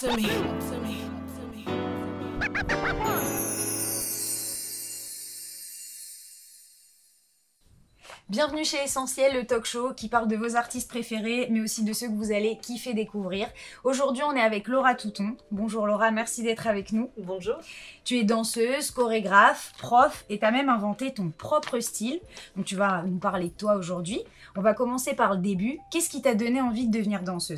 to me. Bienvenue chez Essentiel, le talk show qui parle de vos artistes préférés, mais aussi de ceux que vous allez kiffer découvrir. Aujourd'hui, on est avec Laura Touton. Bonjour Laura, merci d'être avec nous. Bonjour. Tu es danseuse, chorégraphe, prof et tu as même inventé ton propre style. Donc tu vas nous parler de toi aujourd'hui. On va commencer par le début. Qu'est-ce qui t'a donné envie de devenir danseuse ?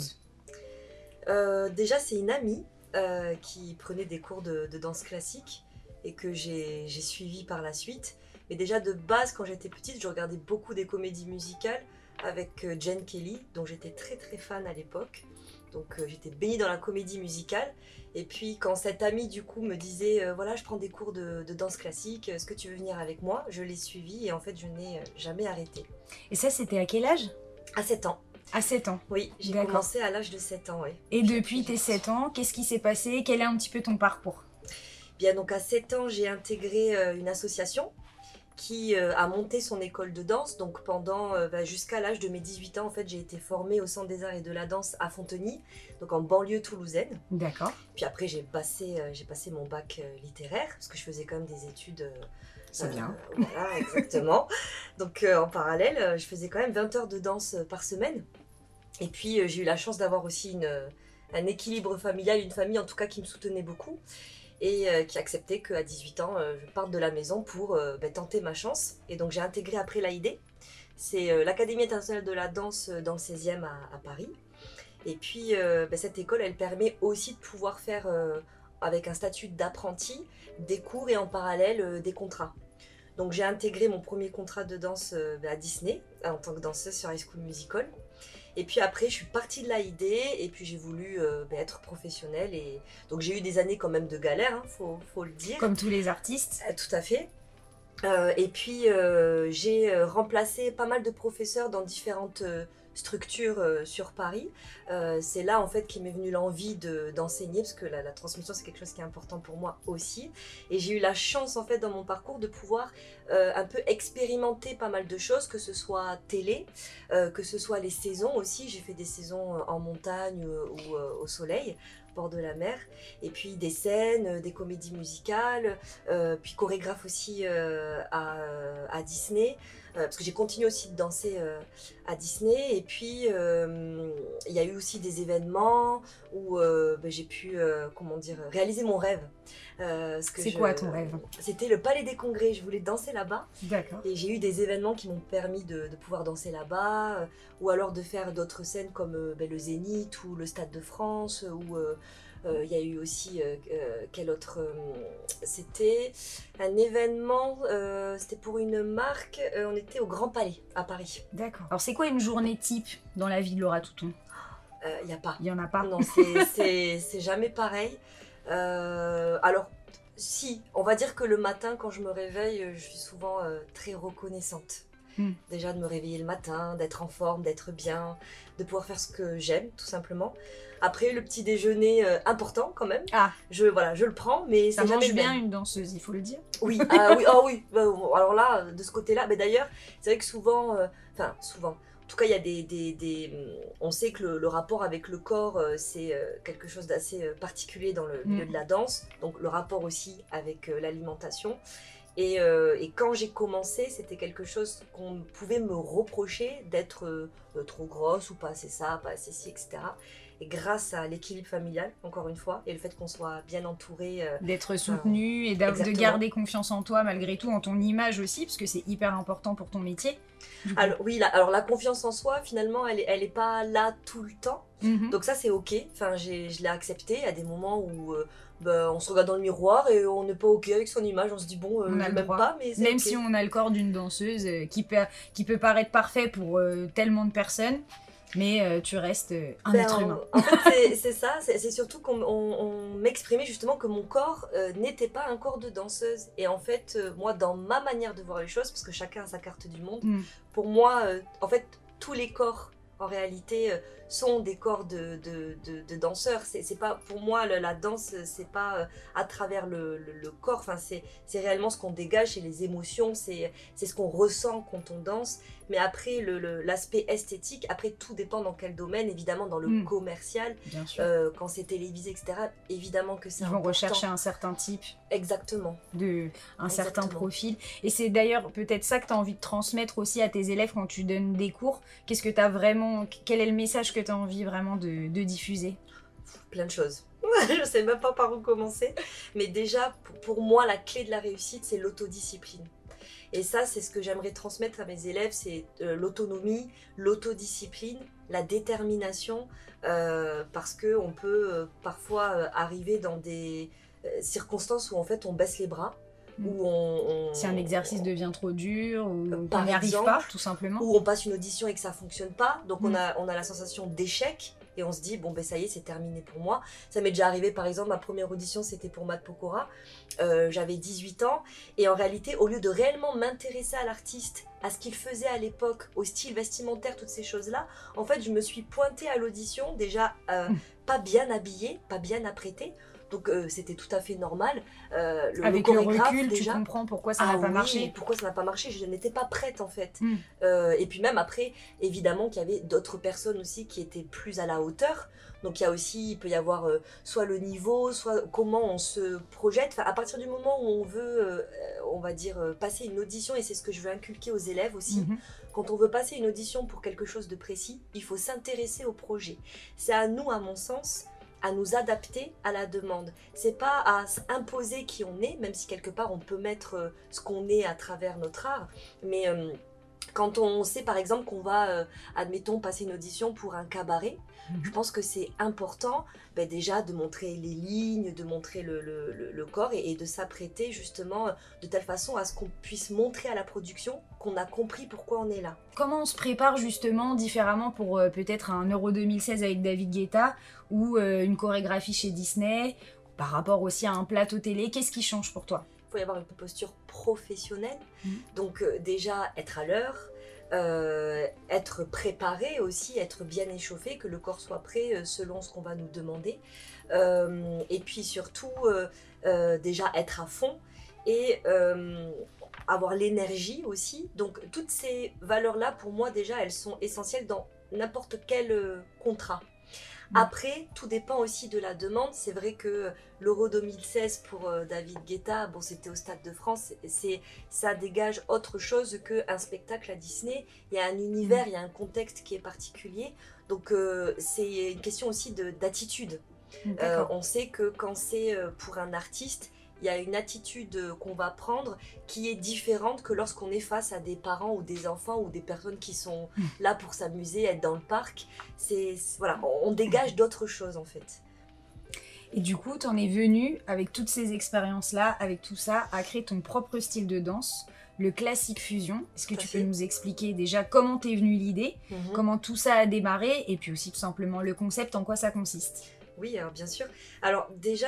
Déjà, c'est une amie qui prenait des cours de danse classique et que j'ai suivi par la suite. Mais déjà de base, quand j'étais petite, je regardais beaucoup des comédies musicales avec Jane Kelly, dont j'étais très très fan à l'époque. Donc j'étais baignée dans la comédie musicale. Et puis quand cette amie du coup me disait voilà, je prends des cours de danse classique, est-ce que tu veux venir avec moi ? Je l'ai suivie et en fait je n'ai jamais arrêté. Et ça, c'était à quel âge ? À 7 ans. À 7 ans. Oui, j'ai D'accord. commencé à l'âge de 7 ans, oui. Et depuis tes 7 ans, qu'est-ce qui s'est passé ? Quel est un petit peu ton parcours ? Bien, donc à 7 ans, j'ai intégré une association qui a monté son école de danse. Donc pendant jusqu'à l'âge de mes 18 ans, en fait, j'ai été formée au Centre des Arts et de la Danse à Fontenay, donc en banlieue toulousaine. D'accord. Puis après, j'ai passé mon bac littéraire, parce que je faisais quand même des études. C'est bien. Voilà, exactement. Donc en parallèle, je faisais quand même 20 heures de danse par semaine. Et puis j'ai eu la chance d'avoir aussi un équilibre familial, une famille en tout cas qui me soutenait beaucoup. Et qui acceptait qu'à 18 ans, je parte de la maison pour tenter ma chance. Et donc j'ai intégré après l'AID, c'est l'Académie internationale de la danse dans le 16e à Paris. Et puis cette école, elle permet aussi de pouvoir faire, avec un statut d'apprenti, des cours et en parallèle des contrats. Donc j'ai intégré mon premier contrat de danse à Disney, en tant que danseuse sur High School Musical. Et puis après, je suis partie de l'AID et puis j'ai voulu être professionnelle. Et donc j'ai eu des années quand même de galère, hein, faut le dire. Comme tous les artistes. Tout à fait. Et puis j'ai remplacé pas mal de professeurs dans différentes structures sur Paris. C'est là en fait qu'est m'est venue l'envie d'enseigner, parce que la transmission c'est quelque chose qui est important pour moi aussi. Et j'ai eu la chance en fait dans mon parcours de pouvoir un peu expérimenter pas mal de choses, que ce soit télé, que ce soit les saisons aussi. J'ai fait des saisons en montagne ou au soleil, bord de la mer, et puis des scènes, des comédies musicales, puis chorégraphe aussi à Disney, parce que j'ai continué aussi de danser à Disney. Et puis il y a eu aussi des événements où j'ai pu réaliser mon rêve. C'est quoi ton rêve ? C'était le Palais des Congrès, je voulais danser là-bas. D'accord. Et j'ai eu des événements qui m'ont permis de pouvoir danser là-bas, ou alors de faire d'autres scènes comme le Zénith ou le Stade de France, ou il y a eu aussi, quel autre c'était un événement, c'était pour une marque, on était au Grand Palais à Paris. D'accord. Alors c'est quoi une journée type dans la vie de Laura Touton ? Il n'y a pas. Il n'y en a pas ? Non, c'est jamais pareil. Alors, si, on va dire que le matin, quand je me réveille, je suis souvent très reconnaissante. Déjà de me réveiller le matin, d'être en forme, d'être bien, de pouvoir faire ce que j'aime, tout simplement. Après, le petit déjeuner, important quand même. Ah. Je le prends, mais ça c'est jamais mange bien même. une danseuse, il faut le dire. Oui, ah oui, oh oui. Alors là, de ce côté-là, d'ailleurs, c'est vrai que souvent, souvent. En tout cas, il y a on sait que le rapport avec le corps, c'est quelque chose d'assez particulier dans le milieu de la danse. Donc le rapport aussi avec l'alimentation. Et quand j'ai commencé, c'était quelque chose qu'on pouvait me reprocher d'être trop grosse ou pas assez ça, pas assez ci, etc. Et grâce à l'équilibre familial, encore une fois, et le fait qu'on soit bien entouré... d'être soutenu et de garder confiance en toi malgré tout, en ton image aussi, parce que c'est hyper important pour ton métier. Alors, oui, alors la confiance en soi, finalement, elle est pas là tout le temps. Donc ça, c'est ok. Enfin, je l'ai accepté. Il y a des moments où on se regarde dans le miroir et on n'est pas ok avec son image. On se dit, bon, on a je le m'aime droit. pas, mais c'est même ok. si on a le corps d'une danseuse qui peut paraître parfait pour tellement de personnes. Mais tu restes un être humain. En fait, c'est ça. C'est surtout qu'on m'exprimait justement que mon corps n'était pas un corps de danseuse. Et en fait, moi, dans ma manière de voir les choses, parce que chacun a sa carte du monde, pour moi, en fait, tous les corps, en réalité, sont des corps de danseurs. C'est pas, pour moi, la danse, c'est pas à travers le corps, enfin, c'est réellement ce qu'on dégage, c'est les émotions, c'est ce qu'on ressent quand on danse. Mais après, l'aspect esthétique, après, tout dépend dans quel domaine. Évidemment, dans le commercial, bien sûr. Quand c'est télévisé, etc., évidemment que c'est Ils vont important. rechercher un certain type. Exactement. Un certain profil. Et c'est d'ailleurs peut-être ça que tu as envie de transmettre aussi à tes élèves quand tu donnes des cours. Qu'est-ce que tu as vraiment... Quel est le message que tu as envie vraiment de diffuser? Plein de choses. Je sais même pas par où commencer. Mais déjà, pour moi, la clé de la réussite, c'est l'autodiscipline. Et ça, c'est ce que j'aimerais transmettre à mes élèves, c'est l'autonomie, l'autodiscipline, la détermination, parce qu'on peut parfois arriver dans des circonstances où en fait on baisse les bras, où si un exercice devient trop dur, ou par on n'y arrive exemple, pas, tout simplement. Où on passe une audition et que ça fonctionne pas, donc on a la sensation d'échec, et on se dit, bon ben ça y est, c'est terminé pour moi. Ça m'est déjà arrivé, par exemple, ma première audition, c'était pour Matt Pokora, j'avais 18 ans, et en réalité, au lieu de réellement m'intéresser à l'artiste, à ce qu'il faisait à l'époque, au style vestimentaire, toutes ces choses-là, en fait, je me suis pointée à l'audition, déjà pas bien habillée, pas bien apprêtée, donc c'était tout à fait normal. Avec le recul, déjà, tu comprends pourquoi ça n'a pas marché. Pourquoi ça n'a pas marché, je n'étais pas prête en fait. Et puis même après, évidemment qu'il y avait d'autres personnes aussi qui étaient plus à la hauteur. Donc il peut y avoir soit le niveau, soit comment on se projette. Enfin, à partir du moment où on veut, on va dire, passer une audition, et c'est ce que je veux inculquer aux élèves aussi, quand on veut passer une audition pour quelque chose de précis, il faut s'intéresser au projet. C'est à nous, à mon sens, à nous adapter à la demande. C'est pas à imposer qui on est, même si quelque part on peut mettre ce qu'on est à travers notre art, mais quand on sait par exemple qu'on va, admettons, passer une audition pour un cabaret, je pense que c'est important déjà de montrer les lignes, de montrer le corps et de s'apprêter justement de telle façon à ce qu'on puisse montrer à la production qu'on a compris pourquoi on est là. Comment on se prépare justement différemment pour peut-être un Euro 2016 avec David Guetta ou une chorégraphie chez Disney, par rapport aussi à un plateau télé? Qu'est-ce qui change pour toi? Il faut y avoir une posture professionnelle, donc déjà être à l'heure, être préparé aussi, être bien échauffé, que le corps soit prêt selon ce qu'on va nous demander, et puis surtout déjà être à fond et avoir l'énergie aussi. Donc toutes ces valeurs-là, pour moi déjà, elles sont essentielles dans n'importe quel contrat. Après, tout dépend aussi de la demande. C'est vrai que l'Euro 2016 pour David Guetta, bon, c'était au Stade de France, ça dégage autre chose qu'un spectacle à Disney. Il y a un univers, il y a un contexte qui est particulier. Donc, c'est une question aussi d'attitude. On sait que quand c'est pour un artiste, il y a une attitude qu'on va prendre qui est différente que lorsqu'on est face à des parents ou des enfants ou des personnes qui sont là pour s'amuser, être dans le parc. Voilà, on dégage d'autres choses en fait. Et du coup, tu en es venu avec toutes ces expériences-là, avec tout ça, à créer ton propre style de danse, le classique fusion. Est-ce que tu peux nous expliquer déjà comment t'es venue l'idée, comment tout ça a démarré, et puis aussi tout simplement le concept, en quoi ça consiste? Oui, alors bien sûr. Alors déjà,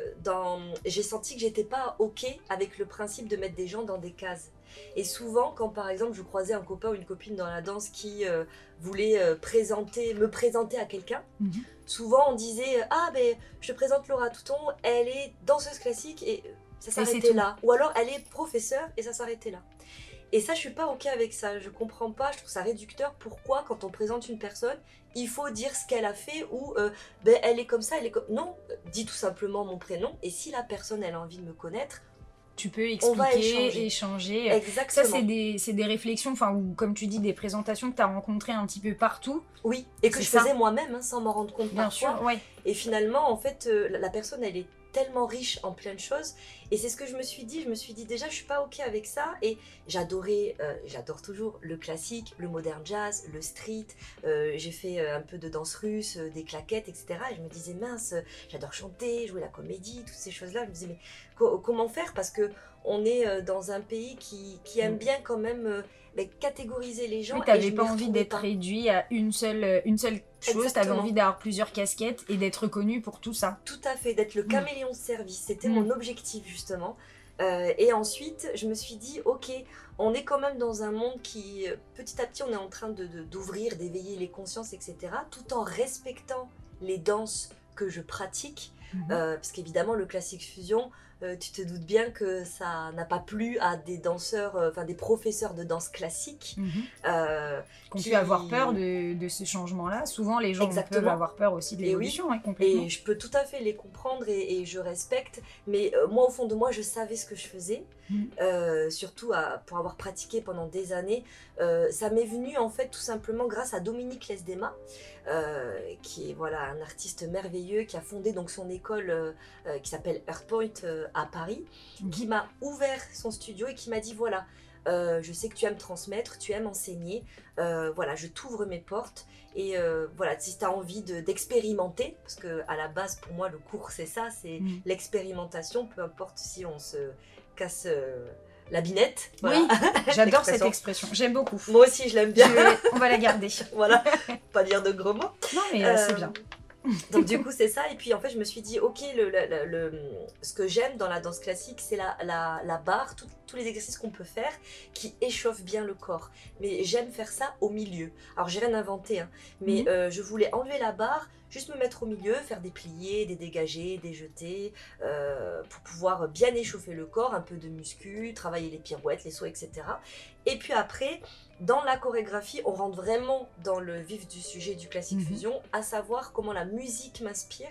j'ai senti que j'étais pas OK avec le principe de mettre des gens dans des cases. Et souvent, quand par exemple je croisais un copain ou une copine dans la danse qui voulait me présenter à quelqu'un, souvent on disait « Ah ben, je te présente Laura Touton, elle est danseuse classique » et ça s'arrêtait là. Ou alors elle est professeure et ça s'arrêtait là. Et ça, je suis pas OK avec ça, je comprends pas, je trouve ça réducteur. Pourquoi, quand on présente une personne, il faut dire ce qu'elle a fait ou elle est comme ça, elle est comme... Non, dis tout simplement mon prénom, et si la personne, elle a envie de me connaître, tu peux expliquer, échanger. Exactement. Ça, c'est des réflexions, enfin, ou comme tu dis, des présentations que tu as rencontrées un petit peu partout. Oui, et que je faisais moi-même, sans m'en rendre compte Bien parfois. sûr, ouais. Et finalement, en fait, la personne, elle est tellement riche en plein de choses, et c'est ce que je me suis dit déjà je suis pas OK avec ça, et j'adore toujours le classique, le modern jazz, le street, j'ai fait un peu de danse russe, des claquettes, etc. Et je me disais mince, j'adore chanter, jouer la comédie, toutes ces choses là. Je me disais mais comment faire, parce que on est dans un pays qui aime bien quand même catégoriser les gens. Oui, t'avais pas envie d'être réduit à une seule chose, t'avais envie d'avoir plusieurs casquettes et d'être reconnu pour tout ça. Tout à fait, d'être le caméléon de service, c'était mon objectif justement. Et ensuite, je me suis dit, ok, on est quand même dans un monde qui, petit à petit, on est en train d'ouvrir, d'éveiller les consciences, etc., tout en respectant les danses que je pratique, parce qu'évidemment, le classique fusion, tu te doutes bien que ça n'a pas plu à des danseurs, enfin des professeurs de danse classique. Qu'on peut avoir peur de ce changement-là. Souvent, les gens peuvent avoir peur aussi de l'évolution, complètement. Et je peux tout à fait les comprendre et je respecte. Mais moi, au fond de moi, je savais ce que je faisais. Surtout pour avoir pratiqué pendant des années. Ça m'est venu, en fait, tout simplement grâce à Dominique Lesdema, qui est voilà, un artiste merveilleux, qui a fondé donc son école qui s'appelle Earthpoint à Paris, qui m'a ouvert son studio et qui m'a dit, voilà, je sais que tu aimes transmettre, tu aimes enseigner, voilà, je t'ouvre mes portes et voilà, si tu as envie d'expérimenter, parce qu'à la base pour moi le cours c'est ça, c'est l'expérimentation, peu importe si on se casse la binette. Voilà. Oui, j'adore cette expression, j'aime beaucoup. Moi aussi je l'aime bien. On va la garder. Voilà, pas dire de gros mots. Non mais c'est bien. Donc du coup c'est ça, et puis en fait je me suis dit ok, ce que j'aime dans la danse classique c'est la barre, tous les exercices qu'on peut faire qui échauffent bien le corps, mais j'aime faire ça au milieu. Alors j'ai rien inventé, hein, mais je voulais enlever la barre, juste me mettre au milieu, faire des pliés, des dégagés, des jetés, pour pouvoir bien échauffer le corps, un peu de muscu, travailler les pirouettes, les sauts, etc. Et puis après, dans la chorégraphie, on rentre vraiment dans le vif du sujet du classique fusion, à savoir comment la musique m'inspire.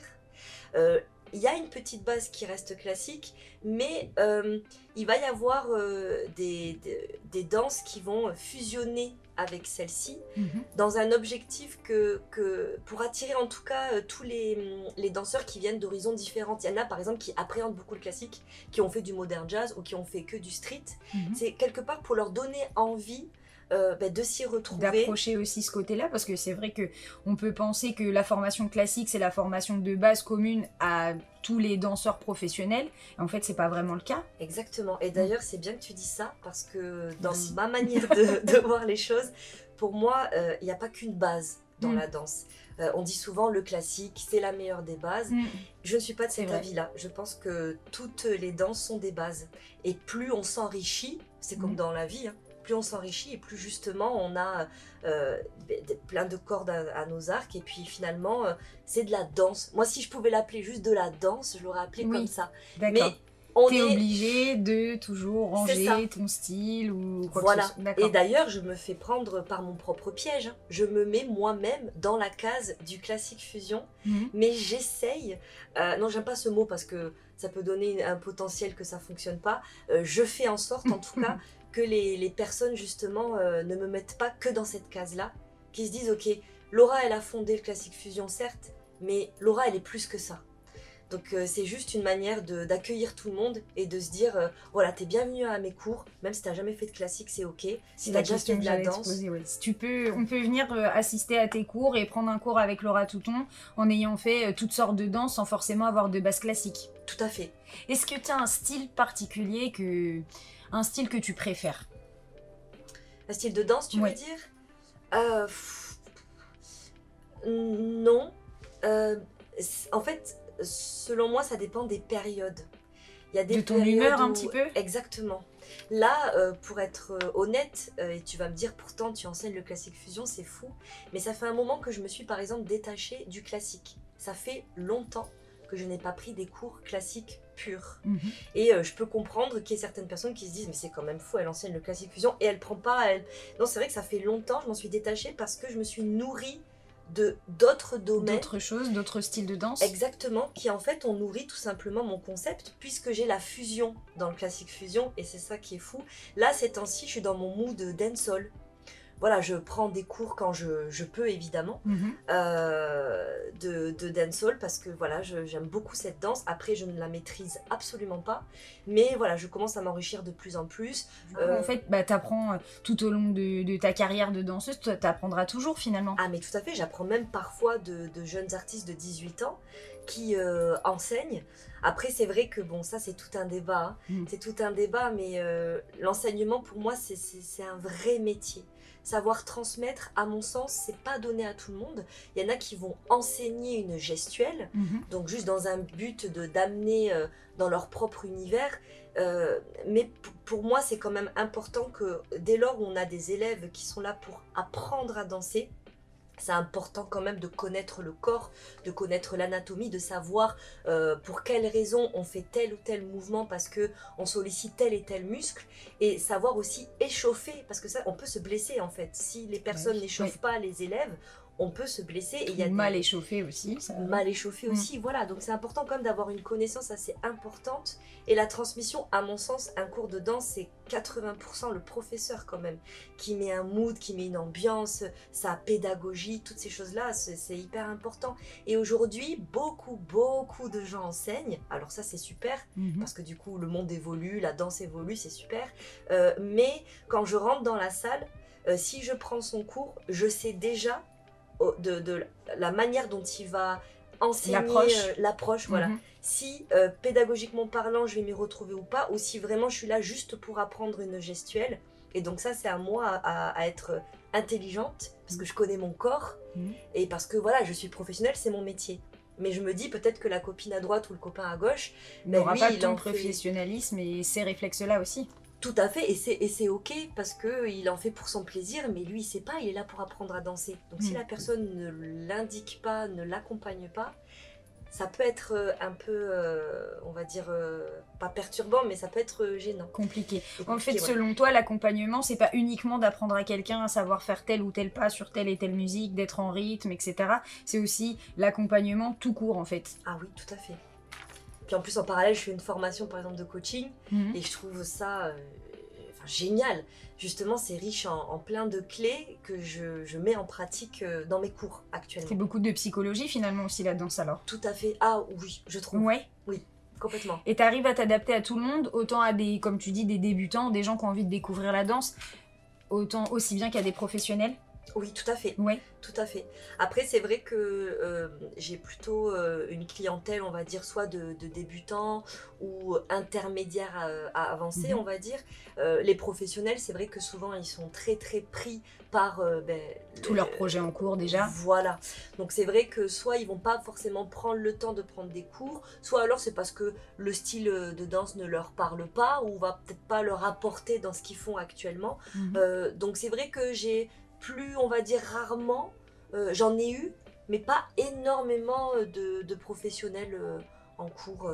Il y a une petite base qui reste classique, mais il va y avoir des danses qui vont fusionner avec celle-ci, dans un objectif pour attirer en tout cas tous les danseurs qui viennent d'horizons différents. Il y en a par exemple qui appréhendent beaucoup le classique, qui ont fait du modern jazz ou qui ont fait que du street. C'est quelque part pour leur donner envie de s'y retrouver. D'approcher aussi ce côté-là, parce que c'est vrai qu'on peut penser que la formation classique, c'est la formation de base commune à tous les danseurs professionnels. Et en fait, c'est pas vraiment le cas. Exactement. Et d'ailleurs, c'est bien que tu dis ça, parce que dans ma manière de voir les choses, pour moi, il n'y a pas qu'une base dans la danse. On dit souvent le classique, c'est la meilleure des bases. Je ne suis pas de cet avis-là. Je pense que toutes les danses sont des bases. Et plus on s'enrichit, c'est comme dans la vie, hein, plus on s'enrichit et plus justement on a plein de cordes à nos arcs, et puis finalement c'est de la danse. Moi si je pouvais l'appeler juste de la danse, je l'aurais appelé comme ça. D'accord. Mais t'es obligé de toujours ranger ton style ou quoi que ce soit. Et d'ailleurs je me fais prendre par mon propre piège. Je me mets moi-même dans la case du classique fusion, mais j'essaye, non j'aime pas ce mot parce que ça peut donner un potentiel que ça fonctionne pas, je fais en sorte en tout cas que les personnes justement ne me mettent pas que dans cette case-là, qui se disent ok, Laura elle a fondé le classique fusion certes, mais Laura elle est plus que ça. Donc c'est juste une manière d'accueillir tout le monde et de se dire voilà, t'es bienvenue à mes cours, même si t'as jamais fait de classique c'est ok, si t'as déjà fait de la danse. Si on peut venir assister à tes cours et prendre un cours avec Laura Touton en ayant fait toutes sortes de danses sans forcément avoir de base classique. Tout à fait. Est-ce que tu as un style particulier un style que tu préfères? Un style de danse, tu veux dire? Non. En fait, selon moi, ça dépend des périodes. Il y a des de ton humeur un petit peu? Exactement. Là, pour être honnête, et tu vas me dire pourtant tu enseignes le classique fusion, c'est fou, mais ça fait un moment que je me suis par exemple détachée du classique. Ça fait longtemps que je n'ai pas pris des cours classiques purs. Et je peux comprendre qu'il y ait certaines personnes qui se disent mais c'est quand même fou, elle enseigne le classique fusion et elle prend pas... Non, c'est vrai que ça fait longtemps, je m'en suis détachée parce que je me suis nourrie d'autres domaines. D'autres choses, d'autres styles de danse. Exactement, qui en fait ont nourri tout simplement mon concept, puisque j'ai la fusion dans le classique fusion, et c'est ça qui est fou. Là, ces temps-ci, je suis dans mon mood dancehall. Voilà, je prends des cours quand je peux, évidemment, de dancehall, parce que voilà, j'aime beaucoup cette danse. Après, je ne la maîtrise absolument pas, mais voilà, je commence à m'enrichir de plus en plus. En fait, t'apprends tout au long de ta carrière de danseuse, t'apprendras toujours finalement. Ah, mais tout à fait, j'apprends même parfois de jeunes artistes de 18 ans qui enseignent. Après, c'est vrai que bon, ça c'est tout un débat, c'est tout un débat, mais l'enseignement pour moi c'est un vrai métier. Savoir transmettre, à mon sens, c'est pas donné à tout le monde. Il y en a qui vont enseigner une gestuelle, donc juste dans un but d'amener dans leur propre univers. Mais pour moi, c'est quand même important que dès lors où on a des élèves qui sont là pour apprendre à danser, c'est important quand même de connaître le corps, de connaître l'anatomie, de savoir pour quelles raisons on fait tel ou tel mouvement parce que on sollicite tel et tel muscle, et savoir aussi échauffer, parce que ça, on peut se blesser en fait. Si les personnes n'échauffent pas les élèves, on peut se blesser. Et il y a mal échauffé aussi. Mal échauffé aussi, voilà. Donc c'est important quand même d'avoir une connaissance assez importante. Et la transmission, à mon sens, un cours de danse, c'est 80% le professeur quand même, qui met un mood, qui met une ambiance, sa pédagogie, toutes ces choses-là, c'est hyper important. Et aujourd'hui, beaucoup de gens enseignent. Alors ça, c'est super, parce que du coup, le monde évolue, la danse évolue, c'est super. Mais quand je rentre dans la salle, si je prends son cours, je sais déjà de la manière dont il va enseigner l'approche, voilà. Si pédagogiquement parlant je vais m'y retrouver ou pas, ou si vraiment je suis là juste pour apprendre une gestuelle. Et donc ça, c'est à moi à être intelligente, parce que je connais mon corps, et parce que voilà, je suis professionnelle, c'est mon métier. Mais je me dis peut-être que la copine à droite ou le copain à gauche n'aura pas ton professionnalisme et ces réflexes-là aussi. Tout à fait, et c'est ok, parce qu'il en fait pour son plaisir, mais lui il sait pas, il est là pour apprendre à danser. Donc si la personne ne l'indique pas, ne l'accompagne pas, ça peut être un peu, on va dire, pas perturbant, mais ça peut être gênant. Compliqué. En fait, selon toi, l'accompagnement, c'est pas uniquement d'apprendre à quelqu'un à savoir faire tel ou tel pas sur telle et telle musique, d'être en rythme, etc. C'est aussi l'accompagnement tout court, en fait. Ah oui, tout à fait. Puis en plus, en parallèle, je fais une formation, par exemple, de coaching, et je trouve ça génial. Justement, c'est riche en plein de clés que je mets en pratique dans mes cours actuellement. C'est beaucoup de psychologie, finalement, aussi, la danse, alors. Tout à fait. Ah oui, je trouve. Ouais. Oui, complètement. Et tu arrives à t'adapter à tout le monde, autant à des, comme tu dis, des débutants, des gens qui ont envie de découvrir la danse, autant aussi bien qu'à des professionnels? Oui, tout à fait. Ouais. Tout à fait. Après, c'est vrai que j'ai plutôt une clientèle, on va dire, soit de débutants ou intermédiaires à avancés, on va dire. Les professionnels, c'est vrai que souvent, ils sont très pris par tous leurs projets en cours déjà. Voilà. Donc c'est vrai que soit ils vont pas forcément prendre le temps de prendre des cours, soit alors c'est parce que le style de danse ne leur parle pas ou va peut-être pas leur apporter dans ce qu'ils font actuellement. Donc c'est vrai que j'ai plus, on va dire, rarement, j'en ai eu, mais pas énormément de professionnels en cours.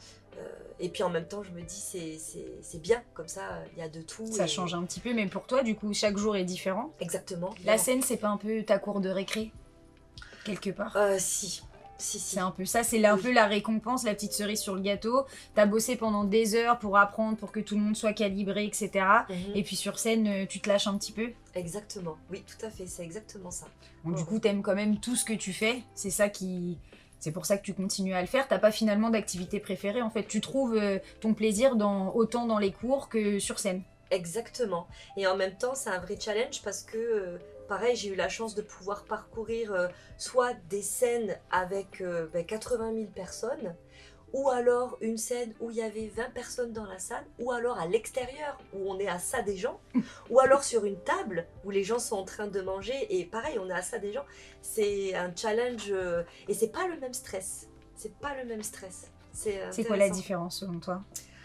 Et puis en même temps, je me dis, c'est bien, comme ça, il y a de tout. Ça change un petit peu, mais pour toi, du coup, chaque jour est différent. Exactement. La scène, c'est pas un peu ta cour de récré, quelque part? Si. C'est un peu ça, c'est un peu la récompense, la petite cerise sur le gâteau. T'as bossé pendant des heures pour apprendre, pour que tout le monde soit calibré, etc. Et puis sur scène, tu te lâches un petit peu. Exactement, oui, tout à fait, c'est exactement ça. Donc du coup, t'aimes quand même tout ce que tu fais. C'est pour ça que tu continues à le faire. T'as pas finalement d'activité préférée, en fait. Tu trouves ton plaisir autant dans les cours que sur scène. Exactement. Et en même temps, c'est un vrai challenge parce que... pareil, j'ai eu la chance de pouvoir parcourir soit des scènes avec 80 000 personnes, ou alors une scène où il y avait 20 personnes dans la salle, ou alors à l'extérieur où on est à ça des gens, ou alors sur une table où les gens sont en train de manger et pareil, on est à ça des gens. C'est un challenge et c'est pas le même stress. C'est pas le même stress. C'est quoi la différence selon toi?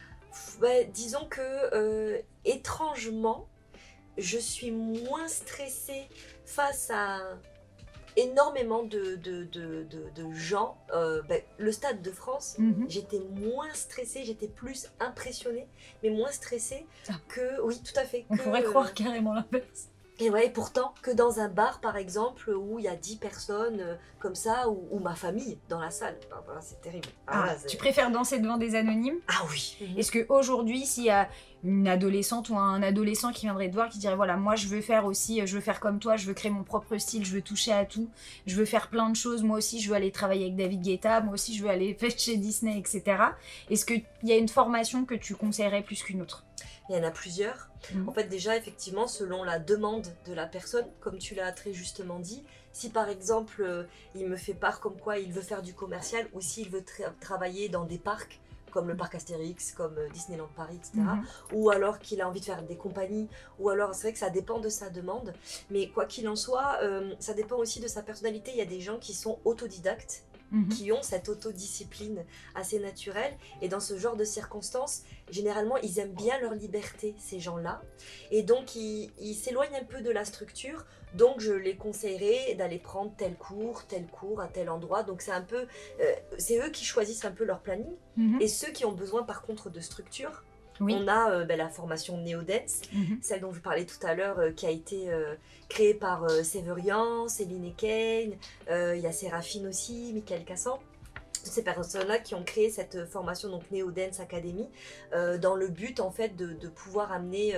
Disons que étrangement, je suis moins stressée face à énormément de gens. Le Stade de France, j'étais moins stressée, j'étais plus impressionnée, mais moins stressée que... Oui, tout à fait. On pourrait croire carrément l'inverse. Et ouais, pourtant, que dans un bar, par exemple, où il y a 10 personnes comme ça, ou ma famille dans la salle. Voilà, c'est terrible. Tu préfères danser devant des anonymes? Ah oui. Est-ce qu'aujourd'hui, s'il y a une adolescente ou un adolescent qui viendrait te voir, qui dirait, voilà, moi je veux faire aussi, je veux faire comme toi, je veux créer mon propre style, je veux toucher à tout, je veux faire plein de choses, moi aussi je veux aller travailler avec David Guetta, moi aussi je veux aller faire chez Disney, etc. Est-ce qu'il y a une formation que tu conseillerais plus qu'une autre? Il y en a plusieurs. En fait, déjà, effectivement, selon la demande de la personne, comme tu l'as très justement dit, si par exemple, il me fait part comme quoi il veut faire du commercial, ou s'il veut travailler dans des parcs, comme le parc Astérix, comme Disneyland Paris, etc. Ou alors qu'il a envie de faire des compagnies, ou alors c'est vrai que ça dépend de sa demande. Mais quoi qu'il en soit, ça dépend aussi de sa personnalité. Il y a des gens qui sont autodidactes, qui ont cette autodiscipline assez naturelle. Et dans ce genre de circonstances, généralement, ils aiment bien leur liberté, ces gens-là. Et donc, ils s'éloignent un peu de la structure. Donc, je les conseillerais d'aller prendre tel cours à tel endroit. Donc, c'est un peu... c'est eux qui choisissent un peu leur planning. Et ceux qui ont besoin, par contre, de structure, on a la formation Néo-Dance, celle dont je parlais tout à l'heure, qui a été créée par Séverian, Céline Ekein, il y a Séraphine aussi, Michael Cassan. Toutes ces personnes-là qui ont créé cette formation, donc Néo-Dance Academy, dans le but en fait de pouvoir amener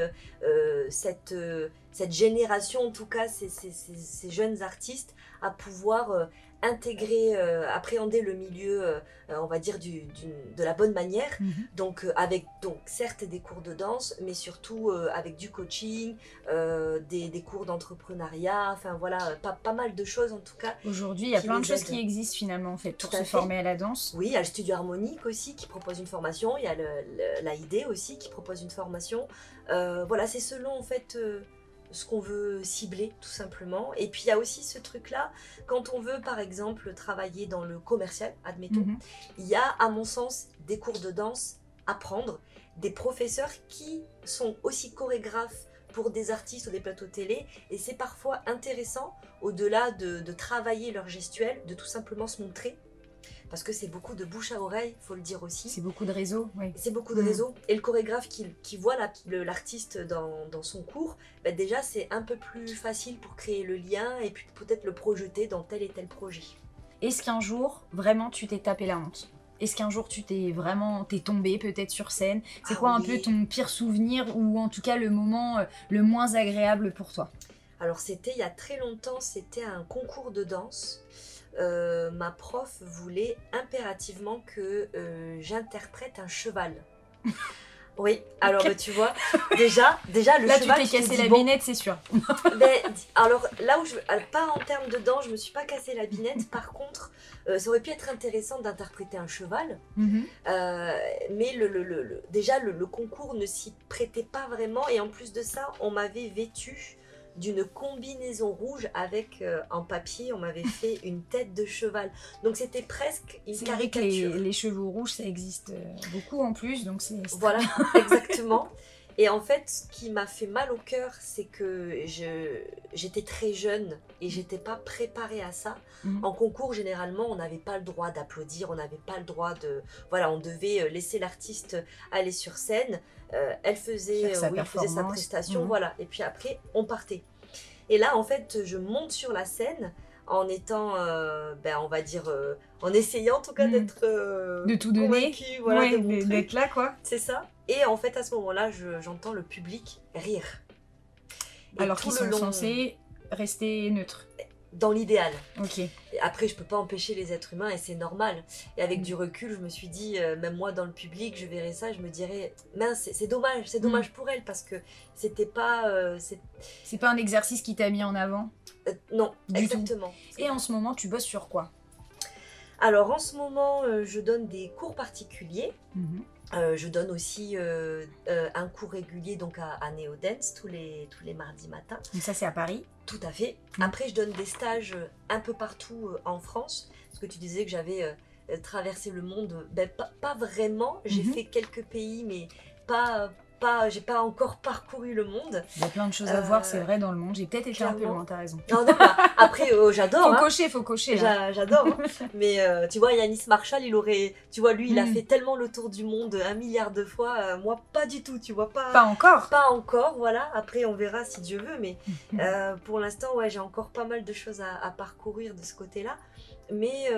cette génération, en tout cas ces jeunes artistes, à pouvoir intégrer, appréhender le milieu, on va dire, de la bonne manière. Donc avec certes des cours de danse, mais surtout avec du coaching, des cours d'entrepreneuriat, enfin voilà, pas mal de choses en tout cas. Aujourd'hui, il y a plein de choses qui existent finalement en fait pour se former à la danse. Oui, il y a le Studio Harmonique aussi qui propose une formation, il y a l'AID aussi qui propose une formation. Voilà, c'est selon en fait... ce qu'on veut cibler tout simplement. Et puis il y a aussi ce truc là, quand on veut par exemple travailler dans le commercial, admettons, il y a à mon sens des cours de danse à prendre, des professeurs qui sont aussi chorégraphes pour des artistes ou des plateaux télé, et c'est parfois intéressant au-delà de travailler leur gestuelle, de tout simplement se montrer. Parce que c'est beaucoup de bouche à oreille, il faut le dire aussi. C'est beaucoup de réseaux, oui. C'est beaucoup de réseaux. Et le chorégraphe qui voit l'artiste dans son cours, déjà c'est un peu plus facile pour créer le lien et puis peut-être le projeter dans tel et tel projet. Est-ce qu'un jour, vraiment, tu t'es tapé la honte ? Est-ce qu'un jour, t'es tombé peut-être sur scène ? C'est quoi un peu ton pire souvenir ou en tout cas le moment le moins agréable pour toi ? Alors c'était il y a très longtemps, c'était un concours de danse. Ma prof voulait impérativement que j'interprète un cheval. Oui, alors tu vois, déjà le là, cheval... Là, tu t'es cassé la binette, c'est sûr. Alors là où pas en termes de danse, je me suis pas cassé la binette. Par contre, ça aurait pu être intéressant d'interpréter un cheval. Mais déjà, le concours ne s'y prêtait pas vraiment. Et en plus de ça, on m'avait vêtue d'une combinaison rouge avec en papier, on m'avait fait une tête de cheval. Donc c'était presque une caricature. Les chevaux rouges, ça existe beaucoup en plus, donc c'est... Voilà, exactement. Et en fait, ce qui m'a fait mal au cœur, c'est que j'étais très jeune et j'étais pas préparée à ça. En concours, généralement, on n'avait pas le droit d'applaudir, on n'avait pas le droit de... Voilà, on devait laisser l'artiste aller sur scène. Elle faisait sa prestation, voilà. Et puis après, on partait. Et là, en fait, je monte sur la scène en étant, on va dire, en essayant en tout cas d'être de tout donner, voilà, d'être là, quoi. C'est ça. Et en fait, à ce moment-là, j'entends le public rire. Et alors qu'ils sont censés rester neutres. Dans l'idéal. Ok. Et après, je peux pas empêcher les êtres humains et c'est normal. Et avec du recul, je me suis dit, même moi dans le public, je verrais ça, je me dirais, mince, c'est dommage pour elle parce que c'était pas. C'est pas un exercice qui t'a mis en avant. Non, exactement. Et en ce moment, tu bosses sur quoi ? Alors en ce moment, je donne des cours particuliers. Je donne aussi un cours régulier donc à Néo-Dance tous les mardis matins. Donc ça c'est à Paris ? Tout à fait. Après je donne des stages un peu partout en France. Parce que tu disais que j'avais traversé le monde. Pas vraiment. J'ai fait quelques pays mais j'ai pas encore parcouru le monde. Il y a plein de choses à voir, c'est vrai, dans le monde. J'ai peut-être été un peu loin, t'as raison. Non, après, j'adore. Faut cocher. J'adore. Mais tu vois, Yanis Marshall, il a fait tellement le tour du monde 1 milliard de fois. Moi, pas du tout, tu vois. Pas encore. Pas encore, voilà. Après, on verra si Dieu veut. Mais pour l'instant, ouais, j'ai encore pas mal de choses à parcourir de ce côté-là. Mais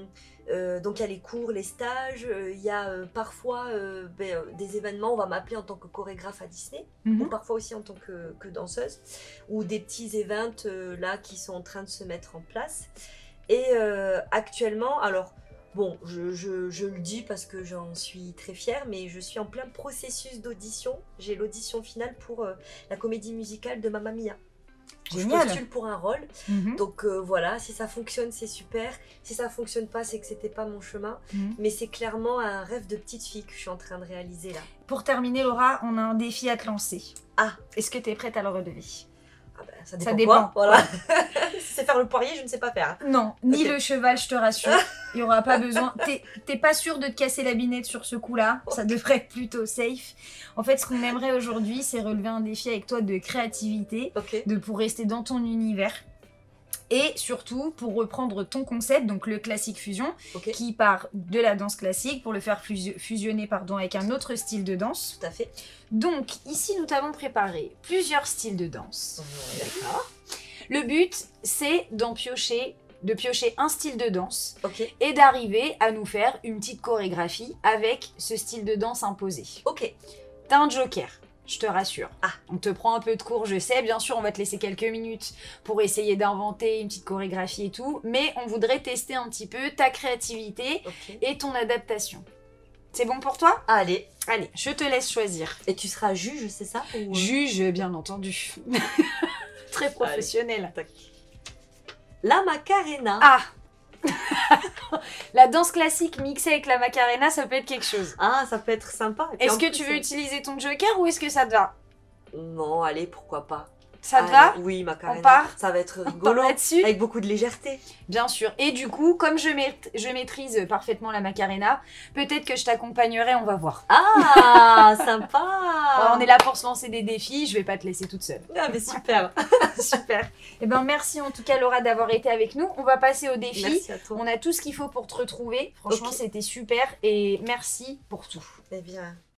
donc il y a les cours, les stages, il y a parfois des événements, on va m'appeler en tant que chorégraphe à Disney, ou parfois aussi en tant que danseuse, ou des petits events là qui sont en train de se mettre en place. Et actuellement, alors bon, je le dis parce que j'en suis très fière, mais je suis en plein processus d'audition. J'ai l'audition finale pour la comédie musicale de Mamma Mia. Génial. Je postule pour un rôle, donc voilà, si ça fonctionne c'est super, si ça fonctionne pas c'est que c'était pas mon chemin, mais c'est clairement un rêve de petite fille que je suis en train de réaliser là. Pour terminer Laura, on a un défi à te lancer. Ah, est-ce que tu es prête à le relever ? Ça dépend. Voilà. tu sais faire le poirier, je ne sais pas faire. Non, ni Ok. le cheval, je te rassure. Il n'y aura pas besoin. T'es pas sûr de te casser la binette sur ce coup-là. Ça devrait être plutôt safe. En fait, ce qu'on aimerait aujourd'hui, c'est relever un défi avec toi de créativité, Ok. pour rester dans ton univers. Et surtout, pour reprendre ton concept, donc le classique fusion, Ok. qui part de la danse classique pour le faire fusionner avec un autre style de danse. Tout à fait. Donc, ici, nous t'avons préparé plusieurs styles de danse. D'accord. Le but, c'est de piocher un style de danse Ok. et d'arriver à nous faire une petite chorégraphie avec ce style de danse imposé. Ok. T'as un joker, je te rassure. Ah. On te prend un peu de cours, je sais, bien sûr, on va te laisser quelques minutes pour essayer d'inventer une petite chorégraphie et tout, mais on voudrait tester un petit peu ta créativité Ok. et ton adaptation. C'est bon pour toi? Allez. Allez, je te laisse choisir. Et tu seras juge, c'est ça ou... Juge, bien entendu. Très professionnel. Tac. La Macarena. Ah. La danse classique mixée avec la Macarena, ça peut être quelque chose. Ah, ça peut être sympa. Et puis Est-ce en que plus, tu veux utiliser ton joker ou est-ce que ça te va? Non, allez, pourquoi pas. Ça te Allez, va? Oui, Macarena. On part Ça va être On part rigolo. là-dessus? Avec beaucoup de légèreté. Bien sûr. Et du coup, comme je maîtrise parfaitement la Macarena, peut-être que je t'accompagnerai, on va voir. Ah, sympa. On est là pour se lancer des défis, je vais pas te laisser toute seule. Ah, mais super. Super. Eh ben merci en tout cas Laura d'avoir été avec nous. On va passer au défi. Merci à toi. On a tout ce qu'il faut pour te retrouver. Franchement, Ok. c'était super et merci pour tout. Eh bien,